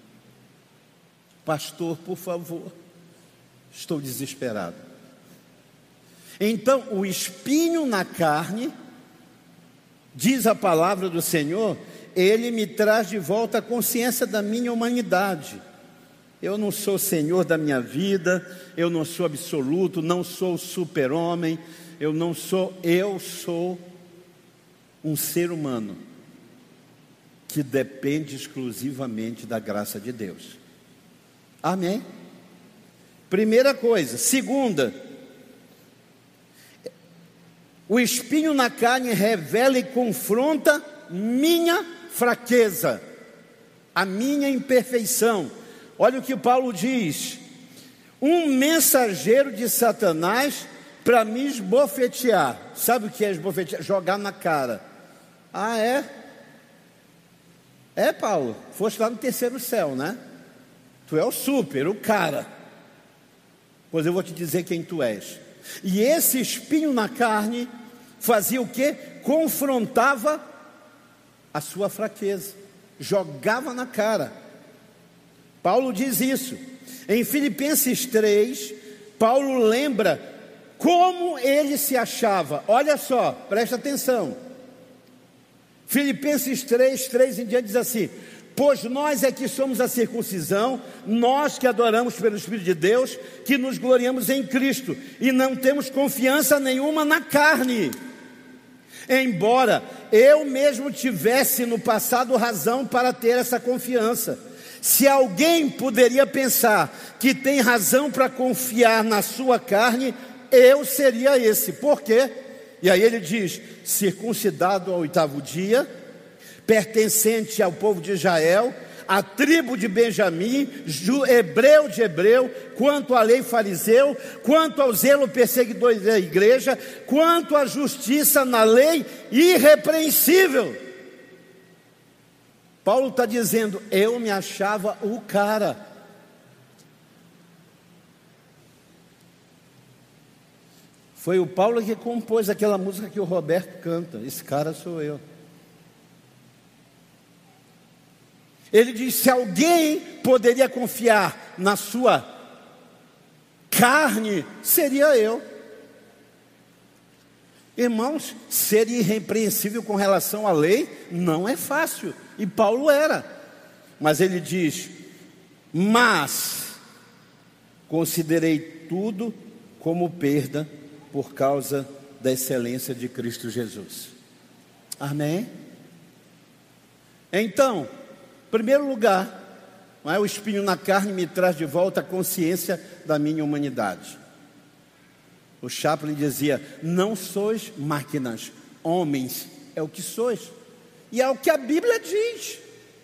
S1: Pastor, por favor, estou desesperado. Então, o espinho na carne, diz a palavra do Senhor, ele me traz de volta a consciência da minha humanidade. Eu não sou senhor da minha vida, eu não sou absoluto, não sou super-homem, eu sou um ser humano que depende exclusivamente da graça de Deus. Amém? Primeira coisa. Segunda, o espinho na carne revela e confronta minha fraqueza, a minha imperfeição. Olha o que Paulo diz: um mensageiro de Satanás para me esbofetear. Sabe o que é esbofetear? Jogar na cara. Ah, é? É, Paulo, foste lá no terceiro céu, né? Tu é o super, o cara. Pois eu vou te dizer quem tu és. E esse espinho na carne fazia o quê? Confrontava a sua fraqueza, jogava na cara. Paulo diz isso. Em Filipenses 3, Paulo lembra como ele se achava. Olha só, presta atenção. Filipenses 3 em diante diz assim: pois nós é que somos a circuncisão, nós que adoramos pelo Espírito de Deus, que nos gloriamos em Cristo, e não temos confiança nenhuma na carne. Embora eu mesmo tivesse no passado razão para ter essa confiança. Se alguém poderia pensar que tem razão para confiar na sua carne, eu seria esse. Por quê? E aí ele diz: circuncidado ao 8º dia, pertencente ao povo de Israel, a tribo de Benjamim, hebreu de hebreu, quanto à lei fariseu, quanto ao zelo perseguidor da igreja, quanto à justiça na lei, irrepreensível. Paulo está dizendo: eu me achava o cara. Foi o Paulo que compôs aquela música que o Roberto canta. Esse cara sou eu. Ele diz: se alguém poderia confiar na sua carne, seria eu. Irmãos, ser irrepreensível com relação à lei não é fácil. E Paulo era. Mas ele diz: mas considerei tudo como perda por causa da excelência de Cristo Jesus. Amém? Então, em primeiro lugar, não é, o espinho na carne me traz de volta a consciência da minha humanidade. O Chaplin dizia: não sois máquinas, homens é o que sois. E é o que a Bíblia diz.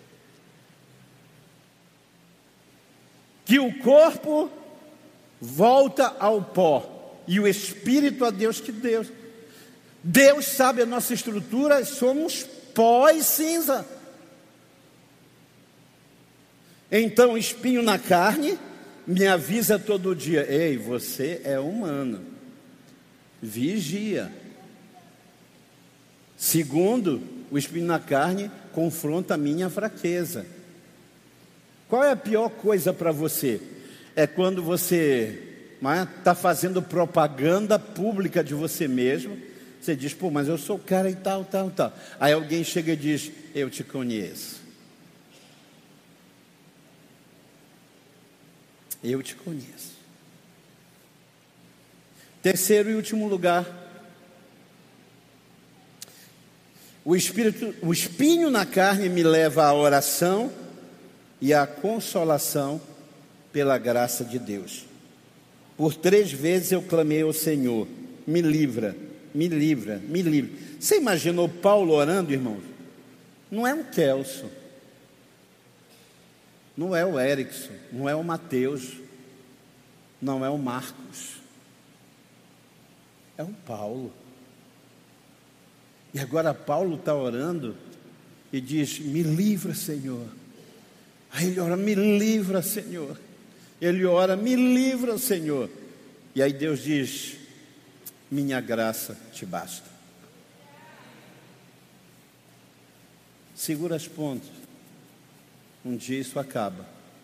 S1: Que o corpo volta ao pó e o espírito a Deus que Deus. Deus sabe a nossa estrutura, somos pó e cinza. Então, espinho na carne me avisa todo dia: ei, você é humano, vigia. Segundo, o espinho na carne confronta a minha fraqueza. Qual é a pior coisa para você? É quando você está fazendo propaganda pública de você mesmo. Você diz: pô, mas eu sou o cara e tal. Aí alguém chega e diz: eu te conheço. Eu te conheço. Terceiro e último lugar, o espinho na carne me leva à oração e à consolação pela graça de Deus. Por 3 vezes eu clamei ao Senhor: me livra, me livra, me livra. Você imaginou Paulo orando, irmãos? Não é o Kelso, não é o Erickson, não é o Mateus, não é o Marcos, é o Paulo. E agora Paulo está orando e diz: me livra, Senhor. Aí ele ora: me livra, Senhor. Ele ora: me livra, Senhor. E aí Deus diz: minha graça te basta. Segura as pontas. Um dia isso acaba.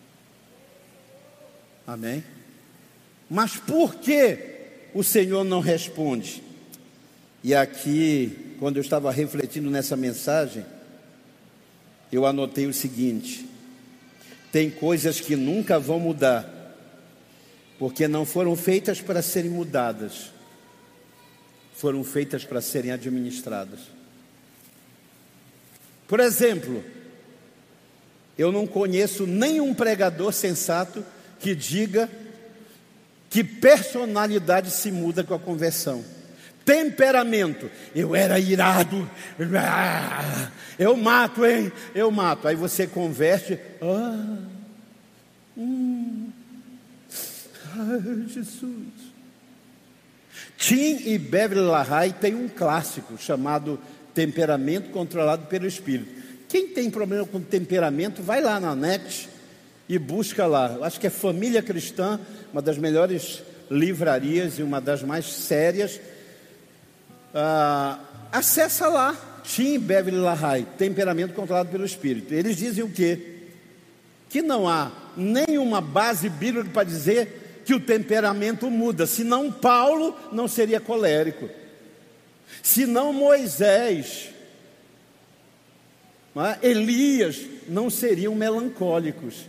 S1: Amém? Mas por que o Senhor não responde? E aqui, quando eu estava refletindo nessa mensagem, eu anotei o seguinte: tem coisas que nunca vão mudar, porque não foram feitas para serem mudadas, foram feitas para serem administradas. Por exemplo, eu não conheço nenhum pregador sensato que diga que personalidade se muda com a conversão. Temperamento, eu era irado, eu mato, hein? Eu mato. Aí você converte, Jesus. Tim e Beverly LaHaye tem um clássico chamado Temperamento Controlado pelo Espírito. Quem tem problema com temperamento, vai lá na net e busca lá. Acho que é Família Cristã, uma das melhores livrarias e uma das mais sérias. Acessa lá, Tim e Beverly LaHaye, Temperamento Controlado pelo Espírito. Eles dizem o quê? Que não há nenhuma base bíblica para dizer que o temperamento muda. Senão Paulo não seria colérico. Senão Moisés, Elias não seriam melancólicos.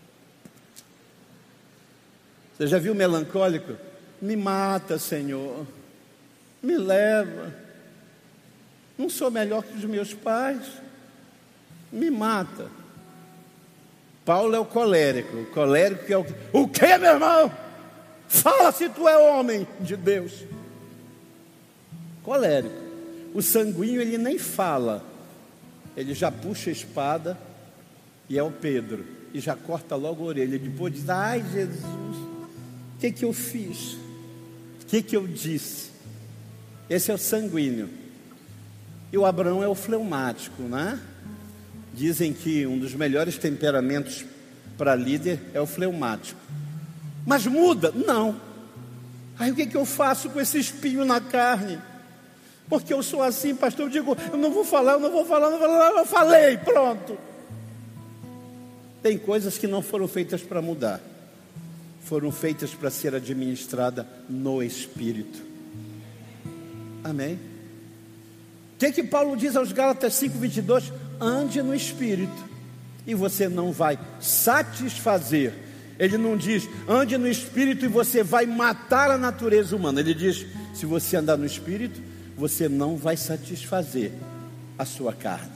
S1: Você já viu melancólico? Me mata, Senhor. Me leva. Não sou melhor que os meus pais. Me mata. Paulo é o colérico. O colérico que é o que, meu irmão? Fala se tu é homem de Deus. Colérico. O sanguíneo ele nem fala. Ele já puxa a espada e é o Pedro. E já corta logo a orelha. Depois diz, ai Jesus, o que eu fiz? O que eu disse? Esse é o sanguíneo. E o Abraão é o fleumático, né? Dizem que um dos melhores temperamentos para líder é o fleumático. Mas muda? Não. Aí o que eu faço com esse espinho na carne? Porque eu sou assim, pastor. Eu digo, eu não vou falar. Eu falei, pronto. Tem coisas que não foram feitas para mudar. Foram feitas para ser administrada no Espírito. Amém? O que Paulo diz aos Gálatas 5:22? Ande no Espírito e você não vai satisfazer. Ele não diz, ande no Espírito e você vai matar a natureza humana. Ele diz, se você andar no Espírito, você não vai satisfazer a sua carne.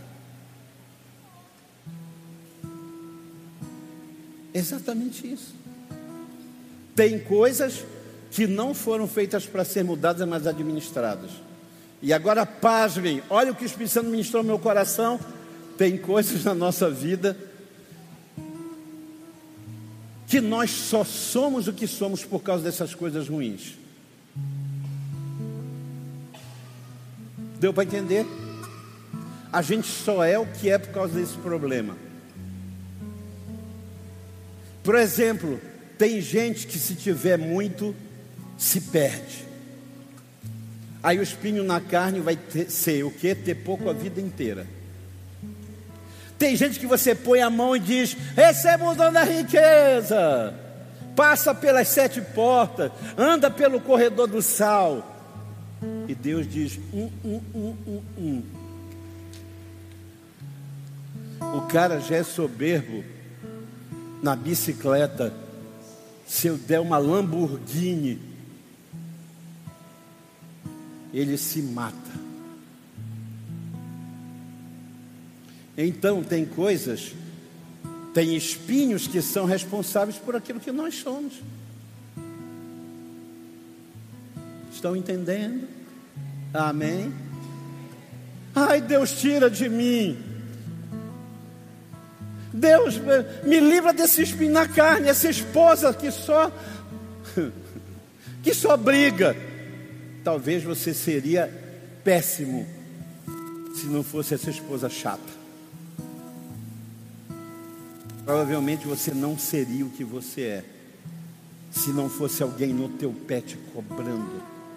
S1: Exatamente isso. Tem coisas que não foram feitas para ser mudadas, mas administradas. E agora pasmem, olha o que o Espírito Santo ministrou no meu coração. Tem coisas na nossa vida que nós só somos o que somos por causa dessas coisas ruins. Deu para entender? A gente só é o que é por causa desse problema. Por exemplo, tem gente que se tiver muito, se perde. Aí o espinho na carne vai ser o quê? Ter pouco a vida inteira. Tem gente que você põe a mão e diz, receba o dom da riqueza. Passa pelas 7 portas, anda pelo corredor do sal. E Deus diz, O cara já é soberbo na bicicleta. Se eu der uma Lamborghini, ele se mata. Então tem coisas, tem espinhos que são responsáveis por aquilo que nós somos. Estão entendendo? Amém? Ai, Deus, tira de mim. Deus, me livra desse espinho na carne, essa esposa que só briga. Talvez você seria péssimo se não fosse essa esposa chata. Provavelmente você não seria o que você é se não fosse alguém no teu pé te cobrando.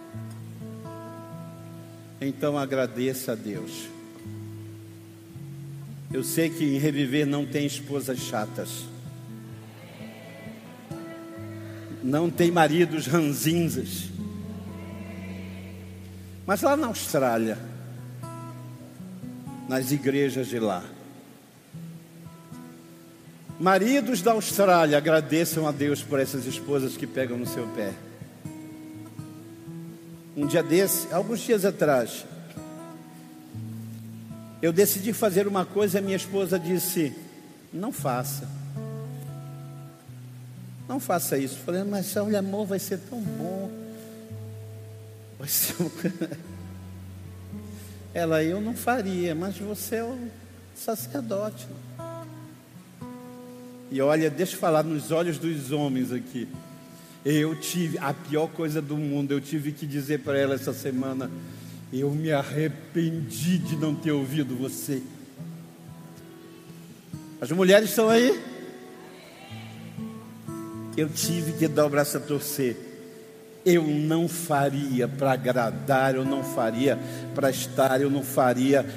S1: Então agradeça a Deus. Eu sei que em Reviver não tem esposas chatas, não tem maridos ranzinzas. Mas lá na Austrália, nas igrejas de lá, maridos da Austrália, agradeçam a Deus por essas esposas que pegam no seu pé. Um dia desse, alguns dias atrás, eu decidi fazer uma coisa e a minha esposa disse, não faça. Não faça isso. Falei, mas olha, amor, vai ser tão bom. Vai ser Ela, eu não faria, mas você é o sacerdote. E olha, deixa eu falar nos olhos dos homens aqui. Eu tive a pior coisa do mundo. Eu tive que dizer para ela essa semana: eu me arrependi de não ter ouvido você. As mulheres estão aí? Eu tive que dar o braço a torcer. Eu não faria para agradar, eu não faria para estar, eu não faria.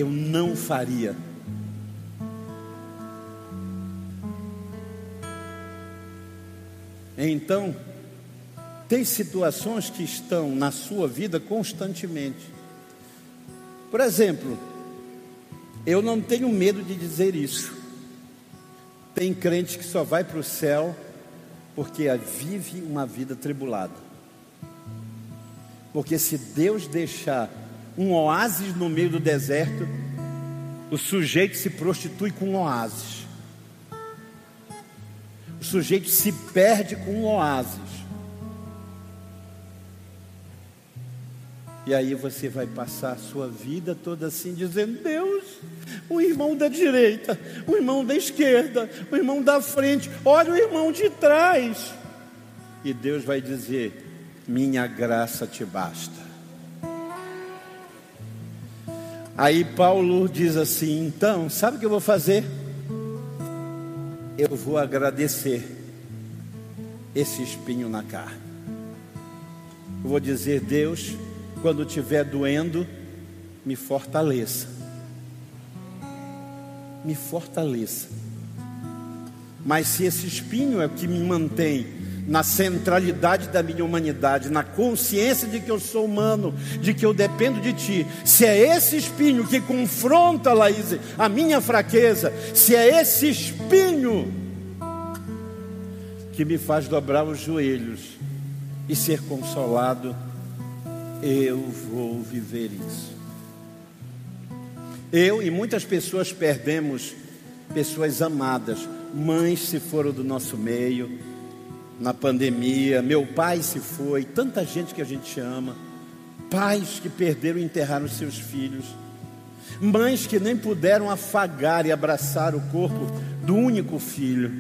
S1: Então, tem situações que estão na sua vida constantemente. Por exemplo, eu não tenho medo de dizer isso. Tem crente que só vai para o céu porque vive uma vida tribulada. Porque se Deus deixar um oásis no meio do deserto, o sujeito se prostitui com um oásis. O sujeito se perde com um oásis. E aí você vai passar a sua vida toda assim, dizendo: Deus, o irmão da direita, o irmão da esquerda, o irmão da frente, olha o irmão de trás. E Deus vai dizer: minha graça te basta. Aí Paulo diz assim: então, sabe o que eu vou fazer? Eu vou agradecer esse espinho na carne. Eu vou dizer: Deus, quando estiver doendo, me fortaleça. Me fortaleça. Mas se esse espinho é o que me mantém na centralidade da minha humanidade, na consciência de que eu sou humano, de que eu dependo de Ti, se é esse espinho que confronta, Laís, a minha fraqueza, se é esse espinho que me faz dobrar os joelhos e ser consolado, eu vou viver isso. Eu e muitas pessoas perdemos pessoas amadas. Mães se foram do nosso meio na pandemia, meu pai se foi, tanta gente que a gente ama, pais que perderam e enterraram seus filhos, mães que nem puderam afagar e abraçar o corpo do único filho.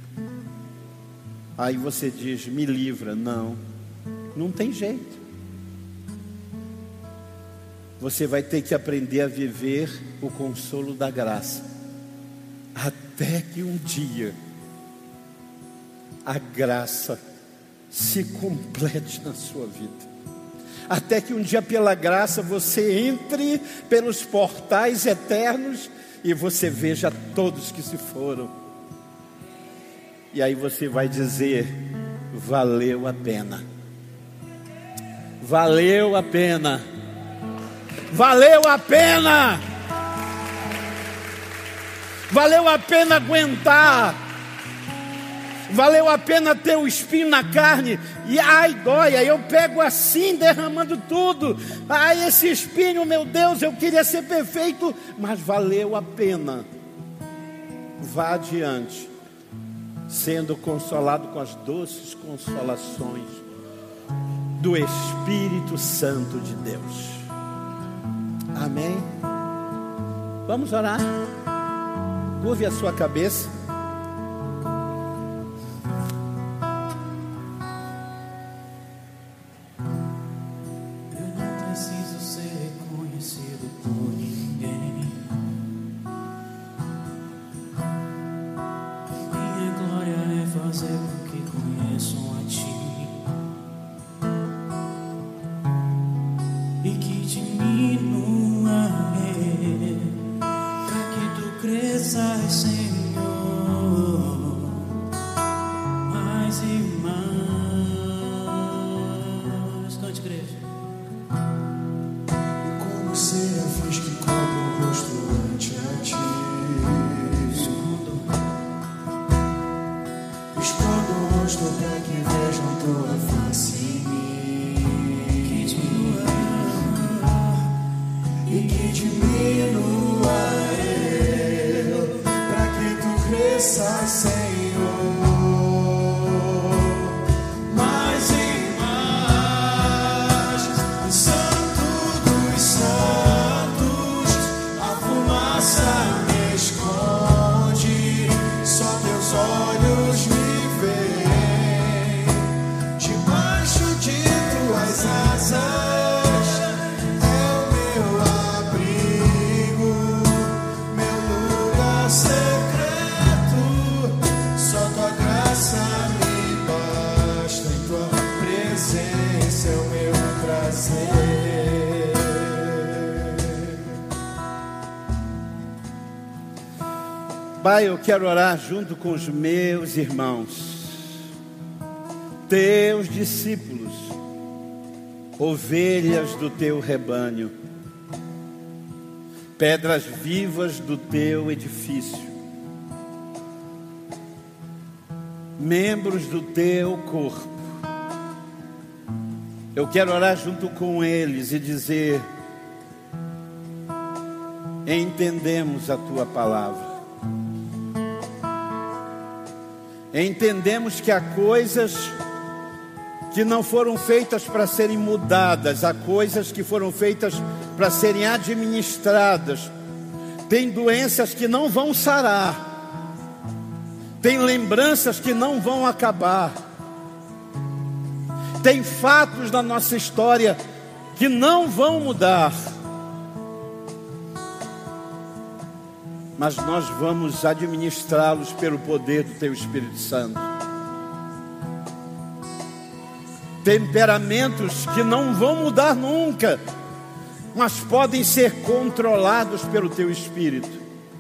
S1: Aí você diz: me livra. Não tem jeito. Você vai ter que aprender a viver o consolo da graça, até que um dia a graça se complete na sua vida. Até que um dia, pela graça, você entre pelos portais eternos e você veja todos que se foram. E aí você vai dizer: valeu a pena. Valeu a pena. Valeu a pena. Valeu a pena aguentar. Valeu a pena ter o espinho na carne. E ai, dói, aí eu pego assim, derramando tudo. Ai, esse espinho, meu Deus, eu queria ser perfeito, mas valeu a pena. Vá adiante, sendo consolado com as doces consolações do Espírito Santo de Deus. Amém? Vamos orar. Curve a sua cabeça.
S3: Senhor,
S1: Pai, eu quero orar junto com os meus irmãos, teus discípulos, ovelhas do teu rebanho, pedras vivas do teu edifício, membros do teu corpo. Eu quero orar junto com eles e dizer: entendemos a tua palavra, entendemos que há coisas que não foram feitas para serem mudadas, há coisas que foram feitas para serem administradas. Tem doenças que não vão sarar, tem lembranças que não vão acabar, tem fatos da nossa história que não vão mudar, mas nós vamos administrá-los pelo poder do teu Espírito Santo. Temperamentos que não vão mudar nunca, mas podem ser controlados pelo teu Espírito.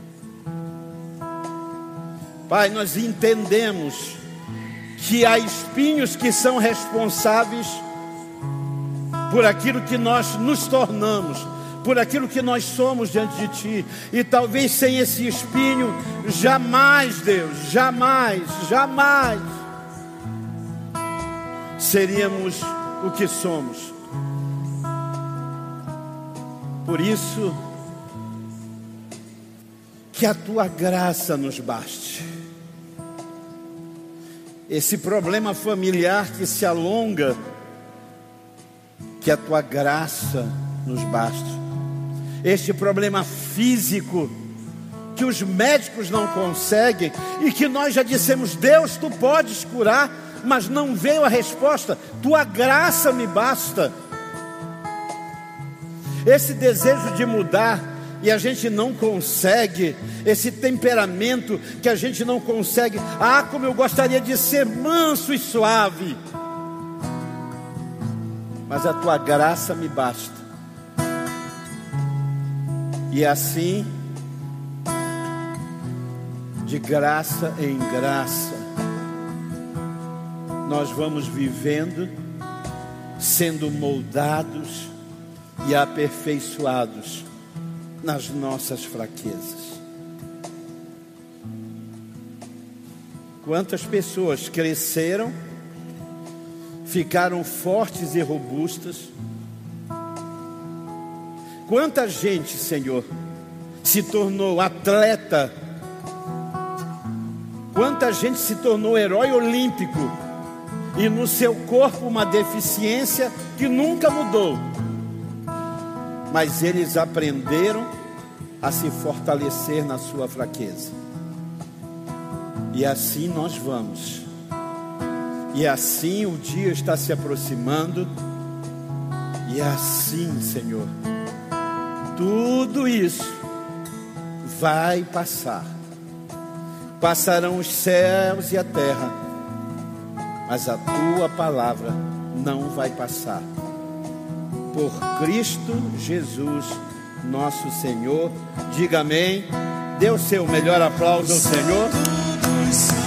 S1: Pai, nós entendemos que há espinhos que são responsáveis por aquilo que nós nos tornamos, por aquilo que nós somos diante de Ti. E talvez sem esse espinho, jamais, Deus, jamais seríamos o que somos. Por isso, que a Tua graça nos baste. Esse problema familiar que se alonga, que a Tua graça nos baste. Este problema físico que os médicos não conseguem e que nós já dissemos: Deus, Tu podes curar, mas não veio a resposta. Tua graça me basta. Esse desejo de mudar e a gente não consegue, esse temperamento que a gente não consegue. Como eu gostaria de ser manso e suave, mas a Tua graça me basta. E assim, de graça em graça, nós vamos vivendo, sendo moldados e aperfeiçoados nas nossas fraquezas. Quantas pessoas cresceram, ficaram fortes e robustas. Quanta gente, Senhor, se tornou atleta. Quanta gente se tornou herói olímpico e no seu corpo uma deficiência que nunca mudou, mas eles aprenderam a se fortalecer na sua fraqueza. E assim nós vamos. E assim o dia está se aproximando. E assim, Senhor, tudo isso vai passar. Passarão os céus e a terra, mas a Tua palavra não vai passar. Por Cristo Jesus, nosso Senhor. Diga amém. Dê o seu melhor aplauso ao Senhor.